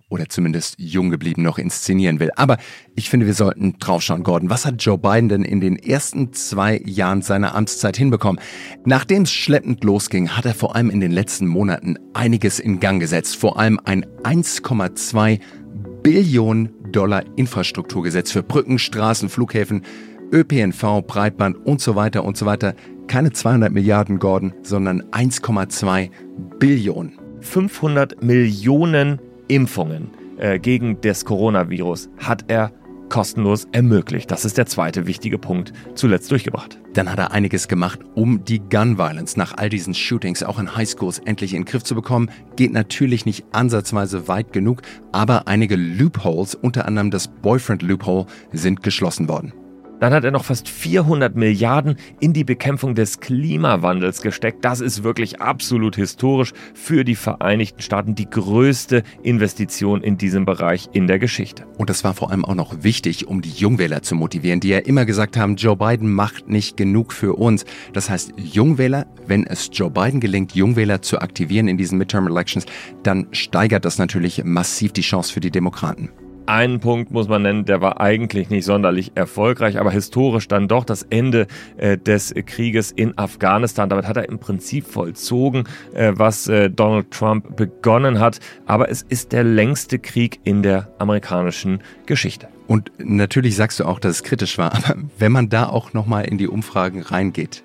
oder zumindest jung geblieben noch inszenieren will. Aber ich finde, wir sollten draufschauen, Gordon. Was hat Joe Biden denn in den ersten zwei Jahren seiner Amtszeit hinbekommen? Nachdem es schleppend losging, hat er vor allem in den letzten Monaten einiges in Gang gesetzt. Vor allem ein eins Komma zwei Billionen Dollar Infrastrukturgesetz für Brücken, Straßen, Flughäfen, Ö P N V, Breitband und so weiter und so weiter. Keine zweihundert Milliarden, Gordon, sondern eins Komma zwei Billionen. fünfhundert Millionen Impfungen äh, gegen das Coronavirus hat er kostenlos ermöglicht. Das ist der zweite wichtige Punkt, zuletzt durchgebracht. Dann hat er einiges gemacht, um die Gun Violence nach all diesen Shootings auch in Highschools endlich in den Griff zu bekommen. Geht natürlich nicht ansatzweise weit genug, aber einige Loopholes, unter anderem das Boyfriend Loophole, sind geschlossen worden. Dann hat er noch fast vierhundert Milliarden in die Bekämpfung des Klimawandels gesteckt. Das ist wirklich absolut historisch für die Vereinigten Staaten, die größte Investition in diesem Bereich in der Geschichte. Und das war vor allem auch noch wichtig, um die Jungwähler zu motivieren, die ja immer gesagt haben, Joe Biden macht nicht genug für uns. Das heißt, Jungwähler, wenn es Joe Biden gelingt, Jungwähler zu aktivieren in diesen Midterm Elections, dann steigert das natürlich massiv die Chance für die Demokraten. Einen Punkt muss man nennen, der war eigentlich nicht sonderlich erfolgreich, aber historisch dann doch das Ende äh, des Krieges in Afghanistan. Damit hat er im Prinzip vollzogen, äh, was äh, Donald Trump begonnen hat. Aber es ist der längste Krieg in der amerikanischen Geschichte. Und natürlich sagst du auch, dass es kritisch war, aber wenn man da auch nochmal in die Umfragen reingeht,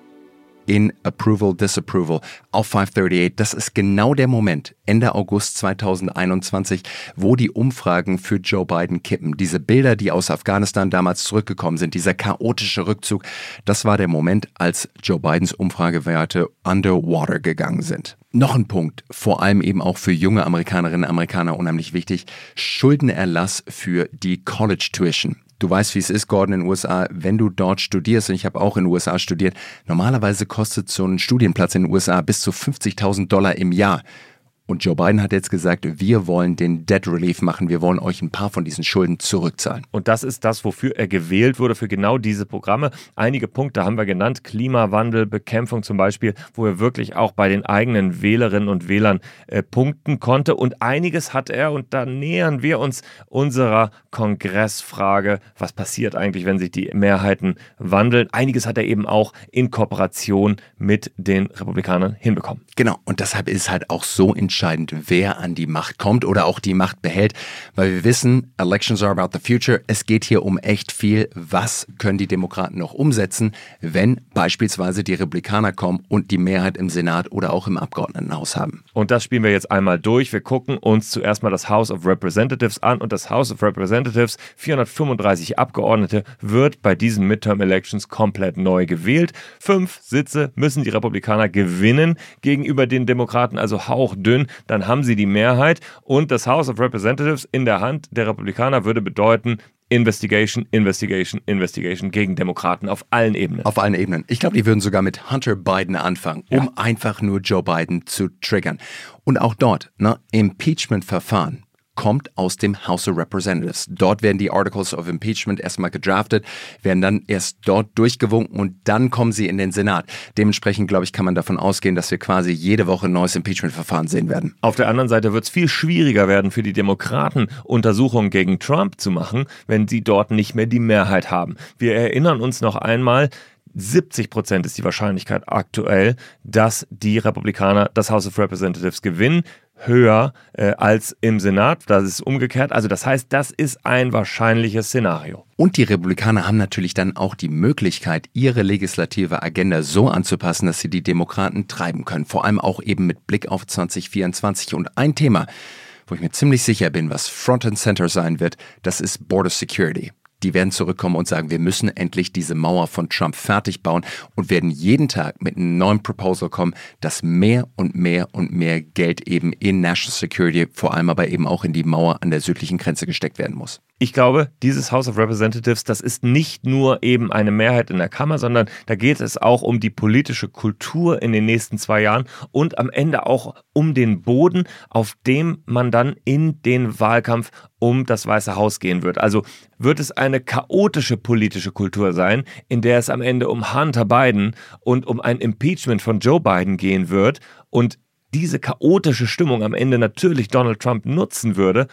in Approval, Disapproval auf fünf achtundachtzig. Das ist genau der Moment, Ende August zweitausendeinundzwanzig, wo die Umfragen für Joe Biden kippen. Diese Bilder, die aus Afghanistan damals zurückgekommen sind, dieser chaotische Rückzug, das war der Moment, als Joe Bidens Umfragewerte underwater gegangen sind. Noch ein Punkt, vor allem eben auch für junge Amerikanerinnen und Amerikaner unheimlich wichtig, Schuldenerlass für die College Tuition. Du weißt, wie es ist, Gordon, in den U S A, wenn du dort studierst, und ich habe auch in den U S A studiert, normalerweise kostet so ein Studienplatz in den U S A bis zu fünfzigtausend Dollar im Jahr. Und Joe Biden hat jetzt gesagt, wir wollen den Debt Relief machen, wir wollen euch ein paar von diesen Schulden zurückzahlen. Und das ist das, wofür er gewählt wurde, für genau diese Programme. Einige Punkte haben wir genannt, Klimawandel, Bekämpfung zum Beispiel, wo er wirklich auch bei den eigenen Wählerinnen und Wählern äh, punkten konnte. Und einiges hat er, und da nähern wir uns unserer Kongressfrage, was passiert eigentlich, wenn sich die Mehrheiten wandeln. Einiges hat er eben auch in Kooperation mit den Republikanern hinbekommen. Genau, und deshalb ist halt auch so entscheidend, wer an die Macht kommt oder auch die Macht behält, weil wir wissen, Elections are about the future. Es geht hier um echt viel. Was können die Demokraten noch umsetzen, wenn beispielsweise die Republikaner kommen und die Mehrheit im Senat oder auch im Abgeordnetenhaus haben? Und das spielen wir jetzt einmal durch. Wir gucken uns zuerst mal das House of Representatives an, und das House of Representatives, vierhundertfünfunddreißig Abgeordnete, wird bei diesen Midterm Elections komplett neu gewählt. Fünf Sitze müssen die Republikaner gewinnen gegenüber den Demokraten, also hauchdünn. Dann haben sie die Mehrheit, und das House of Representatives in der Hand der Republikaner würde bedeuten Investigation, Investigation, Investigation gegen Demokraten auf allen Ebenen. Auf allen Ebenen. Ich glaube, die würden sogar mit Hunter Biden anfangen, um ja. einfach nur Joe Biden zu triggern. Und auch dort, ne, Impeachment-Verfahren kommt aus dem House of Representatives. Dort werden die Articles of Impeachment erstmal gedraftet, werden dann erst dort durchgewunken und dann kommen sie in den Senat. Dementsprechend, glaube ich, kann man davon ausgehen, dass wir quasi jede Woche ein neues Impeachment-Verfahren sehen werden. Auf der anderen Seite wird es viel schwieriger werden für die Demokraten, Untersuchungen gegen Trump zu machen, wenn sie dort nicht mehr die Mehrheit haben. Wir erinnern uns noch einmal, siebzig Prozent ist die Wahrscheinlichkeit aktuell, dass die Republikaner das House of Representatives gewinnen. Höher äh, als im Senat. Das ist umgekehrt. Also das heißt, das ist ein wahrscheinliches Szenario. Und die Republikaner haben natürlich dann auch die Möglichkeit, ihre legislative Agenda so anzupassen, dass sie die Demokraten treiben können. Vor allem auch eben mit Blick auf zwanzig vierundzwanzig. Und ein Thema, wo ich mir ziemlich sicher bin, was Front and Center sein wird, das ist Border Security. Die werden zurückkommen und sagen, wir müssen endlich diese Mauer von Trump fertig bauen, und werden jeden Tag mit einem neuen Proposal kommen, dass mehr und mehr und mehr Geld eben in National Security, vor allem aber eben auch in die Mauer an der südlichen Grenze gesteckt werden muss. Ich glaube, dieses House of Representatives, das ist nicht nur eben eine Mehrheit in der Kammer, sondern da geht es auch um die politische Kultur in den nächsten zwei Jahren und am Ende auch um den Boden, auf dem man dann in den Wahlkampf um das Weiße Haus gehen wird. Also wird es eine chaotische politische Kultur sein, in der es am Ende um Hunter Biden und um ein Impeachment von Joe Biden gehen wird und diese chaotische Stimmung am Ende natürlich Donald Trump nutzen würde,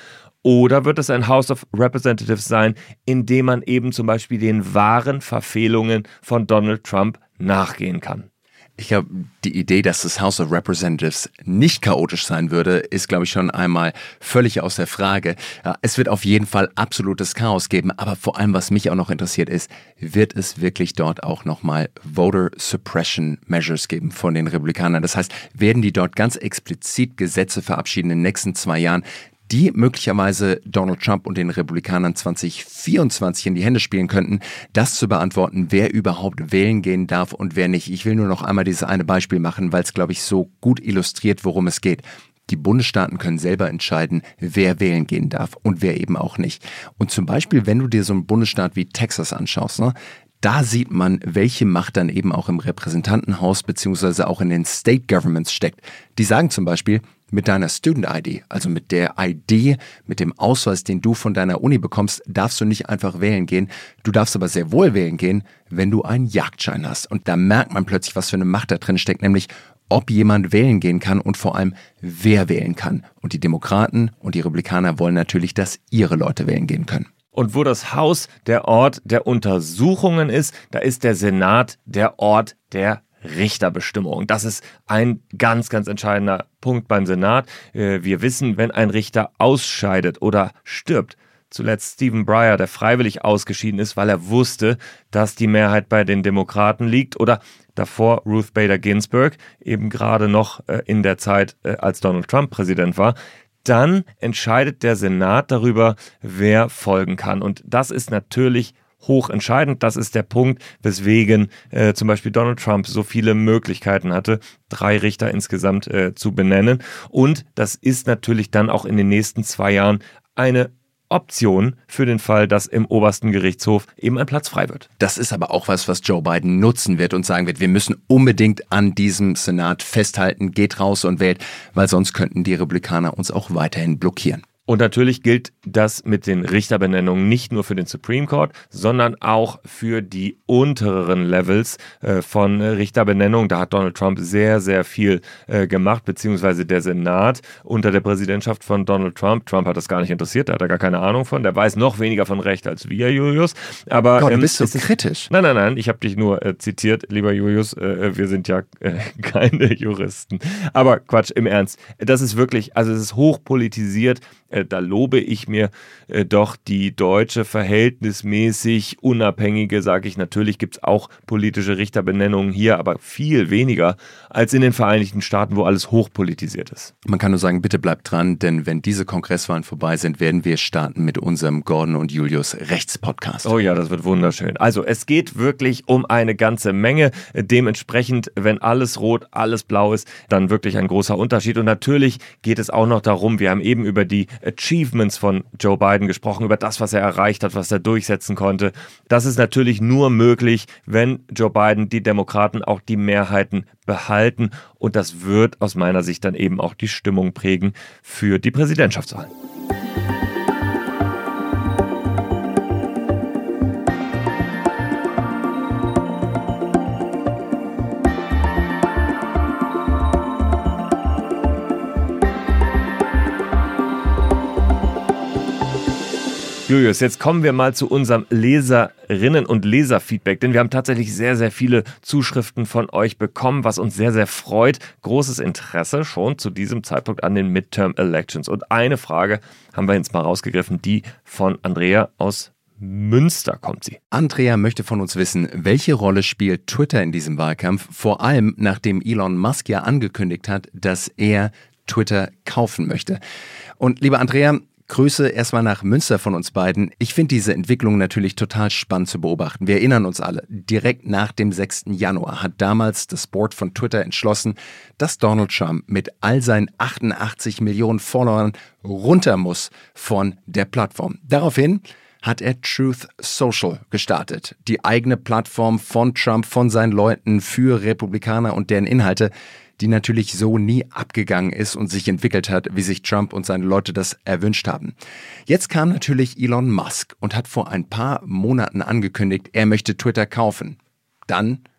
Oder wird es ein House of Representatives sein, in dem man eben zum Beispiel den wahren Verfehlungen von Donald Trump nachgehen kann? Ich glaube, die Idee, dass das House of Representatives nicht chaotisch sein würde, ist, glaube ich, schon einmal völlig aus der Frage. Ja, es wird auf jeden Fall absolutes Chaos geben, aber vor allem, was mich auch noch interessiert ist, wird es wirklich dort auch nochmal Voter Suppression Measures geben von den Republikanern? Das heißt, werden die dort ganz explizit Gesetze verabschieden in den nächsten zwei Jahren, die möglicherweise Donald Trump und den Republikanern zwanzig vierundzwanzig in die Hände spielen könnten, das zu beantworten, wer überhaupt wählen gehen darf und wer nicht. Ich will nur noch einmal dieses eine Beispiel machen, weil es, glaube ich, so gut illustriert, worum es geht. Die Bundesstaaten können selber entscheiden, wer wählen gehen darf und wer eben auch nicht. Und zum Beispiel, wenn du dir so einen Bundesstaat wie Texas anschaust, ne, da sieht man, welche Macht dann eben auch im Repräsentantenhaus beziehungsweise auch in den State Governments steckt. Die sagen zum Beispiel, mit deiner Student-I D, also mit der I D, mit dem Ausweis, den du von deiner Uni bekommst, darfst du nicht einfach wählen gehen. Du darfst aber sehr wohl wählen gehen, wenn du einen Jagdschein hast. Und da merkt man plötzlich, was für eine Macht da drin steckt, nämlich ob jemand wählen gehen kann und vor allem, wer wählen kann. Und die Demokraten und die Republikaner wollen natürlich, dass ihre Leute wählen gehen können. Und wo das Haus der Ort der Untersuchungen ist, da ist der Senat der Ort der Richterbestimmung. Das ist ein ganz, ganz entscheidender Punkt beim Senat. Wir wissen, wenn ein Richter ausscheidet oder stirbt, zuletzt Stephen Breyer, der freiwillig ausgeschieden ist, weil er wusste, dass die Mehrheit bei den Demokraten liegt, oder davor Ruth Bader Ginsburg, eben gerade noch in der Zeit, als Donald Trump Präsident war, dann entscheidet der Senat darüber, wer folgen kann. Und das ist natürlich hochentscheidend. Das ist der Punkt, weswegen äh, zum Beispiel Donald Trump so viele Möglichkeiten hatte, drei Richter insgesamt äh, zu benennen. Und das ist natürlich dann auch in den nächsten zwei Jahren eine Option für den Fall, dass im obersten Gerichtshof eben ein Platz frei wird. Das ist aber auch was, was Joe Biden nutzen wird und sagen wird, wir müssen unbedingt an diesem Senat festhalten, geht raus und wählt, weil sonst könnten die Republikaner uns auch weiterhin blockieren. Und natürlich gilt das mit den Richterbenennungen nicht nur für den Supreme Court, sondern auch für die unteren Levels äh, von Richterbenennungen. Da hat Donald Trump sehr, sehr viel äh, gemacht, beziehungsweise der Senat unter der Präsidentschaft von Donald Trump. Trump hat das gar nicht interessiert, da hat er gar keine Ahnung von. Der weiß noch weniger von Recht als wir, Julius. Aber Gott, ähm, du bist so ist, kritisch. Nein, nein, nein, ich habe dich nur äh, zitiert, lieber Julius. Äh, wir sind ja äh, keine Juristen. Aber Quatsch, im Ernst. Das ist wirklich, also es ist hochpolitisiert. Da lobe ich mir äh, doch die deutsche, verhältnismäßig unabhängige, sage ich, natürlich gibt es auch politische Richterbenennungen hier, aber viel weniger als in den Vereinigten Staaten, wo alles hochpolitisiert ist. Man kann nur sagen, bitte bleibt dran, denn wenn diese Kongresswahlen vorbei sind, werden wir starten mit unserem Gordon und Julius Rechtspodcast. Oh ja, das wird wunderschön. Also es geht wirklich um eine ganze Menge. Dementsprechend, wenn alles rot, alles blau ist, dann wirklich ein großer Unterschied. Und natürlich geht es auch noch darum, wir haben eben über die Achievements von Joe Biden gesprochen, über das, was er erreicht hat, was er durchsetzen konnte. Das ist natürlich nur möglich, wenn Joe Biden, die Demokraten auch die Mehrheiten behalten. Und das wird aus meiner Sicht dann eben auch die Stimmung prägen für die Präsidentschaftswahl. Julius, jetzt kommen wir mal zu unserem Leserinnen- und Leserfeedback, denn wir haben tatsächlich sehr, sehr viele Zuschriften von euch bekommen, was uns sehr, sehr freut. Großes Interesse schon zu diesem Zeitpunkt an den Midterm Elections. Und eine Frage haben wir jetzt mal rausgegriffen, die von Andrea aus Münster kommt sie. Andrea möchte von uns wissen, welche Rolle spielt Twitter in diesem Wahlkampf, vor allem nachdem Elon Musk ja angekündigt hat, dass er Twitter kaufen möchte. Und liebe Andrea, Grüße erstmal nach Münster von uns beiden. Ich finde diese Entwicklung natürlich total spannend zu beobachten. Wir erinnern uns alle, direkt nach dem sechsten Januar hat damals das Board von Twitter entschlossen, dass Donald Trump mit all seinen achtundachtzig Millionen Followern runter muss von der Plattform. Daraufhin hat er Truth Social gestartet, die eigene Plattform von Trump, von seinen Leuten für Republikaner und deren Inhalte, die natürlich so nie abgegangen ist und sich entwickelt hat, wie sich Trump und seine Leute das erwünscht haben. Jetzt kam natürlich Elon Musk und hat vor ein paar Monaten angekündigt, er möchte Twitter kaufen. Dann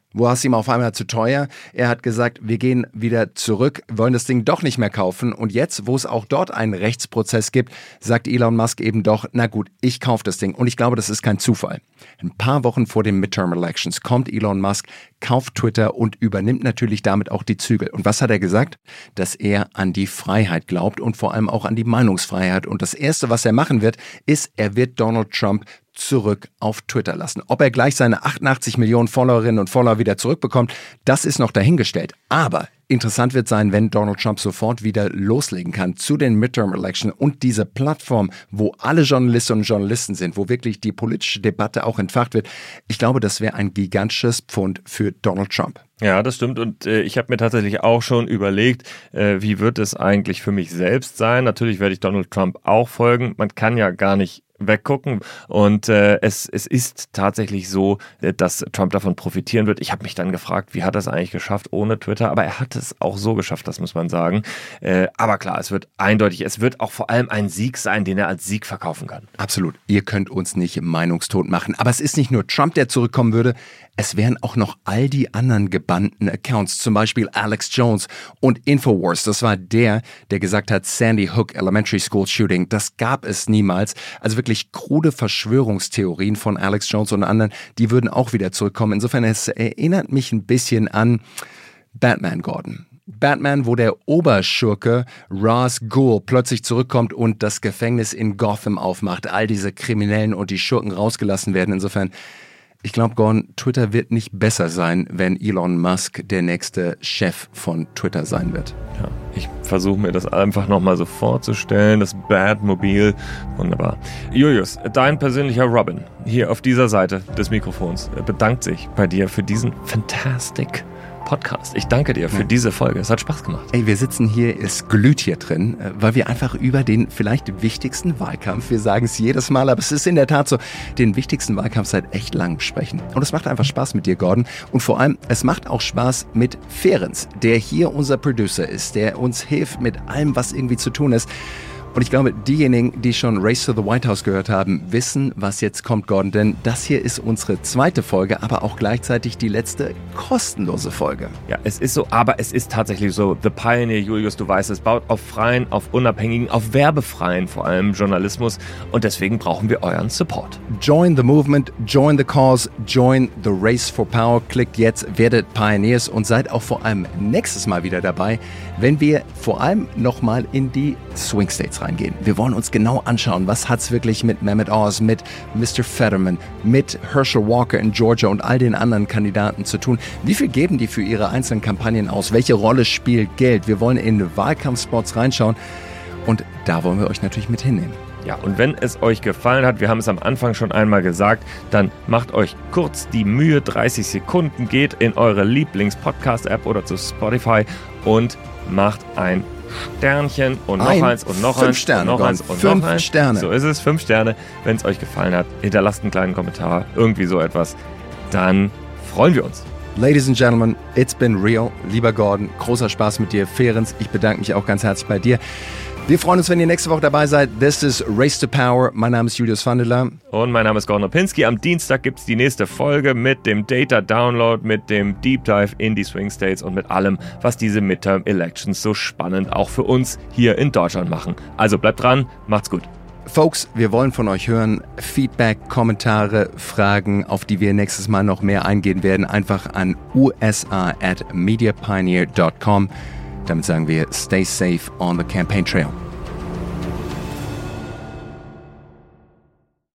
Wo war es ihm auf einmal zu teuer? Er hat gesagt, wir gehen wieder zurück, wollen das Ding doch nicht mehr kaufen. Und jetzt, wo es auch dort einen Rechtsprozess gibt, sagt Elon Musk eben doch, na gut, ich kaufe das Ding. Und ich glaube, das ist kein Zufall. Ein paar Wochen vor den Midterm Elections kommt Elon Musk, kauft Twitter und übernimmt natürlich damit auch die Zügel. Und was hat er gesagt? Dass er an die Freiheit glaubt und vor allem auch an die Meinungsfreiheit. Und das Erste, was er machen wird, ist, er wird Donald Trump zurück auf Twitter lassen. Ob er gleich seine achtundachtzig Millionen Followerinnen und Follower wieder zurückbekommt, das ist noch dahingestellt. Aber interessant wird sein, wenn Donald Trump sofort wieder loslegen kann zu den Midterm Elections und diese Plattform, wo alle Journalistinnen und Journalisten sind, wo wirklich die politische Debatte auch entfacht wird. Ich glaube, das wäre ein gigantisches Pfund für Donald Trump. Ja, das stimmt und äh, ich habe mir tatsächlich auch schon überlegt, äh, wie wird es eigentlich für mich selbst sein? Natürlich werde ich Donald Trump auch folgen. Man kann ja gar nicht weggucken und äh, es, es ist tatsächlich so, dass Trump davon profitieren wird. Ich habe mich dann gefragt, wie hat er es eigentlich geschafft ohne Twitter, aber er hat es auch so geschafft, das muss man sagen. Äh, aber klar, es wird eindeutig, es wird auch vor allem ein Sieg sein, den er als Sieg verkaufen kann. Absolut, ihr könnt uns nicht meinungstot machen, aber es ist nicht nur Trump, der zurückkommen würde, es wären auch noch all die anderen gebannten Accounts, zum Beispiel Alex Jones und Infowars. Das war der, der gesagt hat, Sandy Hook Elementary School Shooting, das gab es niemals. Also wirklich krude Verschwörungstheorien von Alex Jones und anderen, die würden auch wieder zurückkommen. Insofern, es erinnert mich ein bisschen an Batman Gordon. Batman, wo der Oberschurke Ra's Ghul plötzlich zurückkommt und das Gefängnis in Gotham aufmacht. All diese Kriminellen und die Schurken rausgelassen werden. Insofern, ich glaube, Gordon, Twitter wird nicht besser sein, wenn Elon Musk der nächste Chef von Twitter sein wird. Ja, ich versuche mir das einfach nochmal so vorzustellen, das Batmobil. Wunderbar. Julius, dein persönlicher Robin, hier auf dieser Seite des Mikrofons, bedankt sich bei dir für diesen Fantastic Podcast. Ich danke dir für ja. diese Folge. Es hat Spaß gemacht. Ey, wir sitzen hier, es glüht hier drin, weil wir einfach über den vielleicht wichtigsten Wahlkampf, wir sagen es jedes Mal, aber es ist in der Tat so, den wichtigsten Wahlkampf seit echt langem sprechen. Und es macht einfach Spaß mit dir, Gordon. Und vor allem, es macht auch Spaß mit Ferenc, der hier unser Producer ist, der uns hilft mit allem, was irgendwie zu tun ist. Und ich glaube, diejenigen, die schon Race to the White House gehört haben, wissen, was jetzt kommt, Gordon. Denn das hier ist unsere zweite Folge, aber auch gleichzeitig die letzte kostenlose Folge. Ja, es ist so, aber es ist tatsächlich so. The Pioneer, Julius, du weißt, es baut auf freien, auf unabhängigen, auf werbefreien vor allem Journalismus. Und deswegen brauchen wir euren Support. Join the movement, join the cause, join the race for power. Klickt jetzt, werdet Pioneers und seid auch vor allem nächstes Mal wieder dabei, wenn wir vor allem nochmal in die Swing States reingehen. Wir wollen uns genau anschauen, was hat es wirklich mit Mehmet Oz, mit Mister Fetterman, mit Herschel Walker in Georgia und all den anderen Kandidaten zu tun. Wie viel geben die für ihre einzelnen Kampagnen aus? Welche Rolle spielt Geld? Wir wollen in Wahlkampfspots reinschauen und da wollen wir euch natürlich mit hinnehmen. Ja, und wenn es euch gefallen hat, wir haben es am Anfang schon einmal gesagt, dann macht euch kurz die Mühe, dreißig Sekunden, geht in eure Lieblings-Podcast-App oder zu Spotify und macht ein Sternchen und noch ein, eins und noch fünf eins Sterne, und noch eins und fünf noch eins. Sterne. So ist es, fünf Sterne. Wenn es euch gefallen hat, hinterlasst einen kleinen Kommentar, irgendwie so etwas, dann freuen wir uns. Ladies and Gentlemen, it's been real. Lieber Gordon, großer Spaß mit dir. Ferenc, ich bedanke mich auch ganz herzlich bei dir. Wir freuen uns, wenn ihr nächste Woche dabei seid. This is Race to Power. Mein Name ist Julius Vandela. Und mein Name ist Gordon Repinski. Am Dienstag gibt es die nächste Folge mit dem Data Download, mit dem Deep Dive in die Swing States und mit allem, was diese Midterm Elections so spannend auch für uns hier in Deutschland machen. Also bleibt dran, macht's gut. Folks, wir wollen von euch hören. Feedback, Kommentare, Fragen, auf die wir nächstes Mal noch mehr eingehen werden. Einfach an u s a at mediapioneer dot com. Damit sagen wir, stay safe on the campaign trail.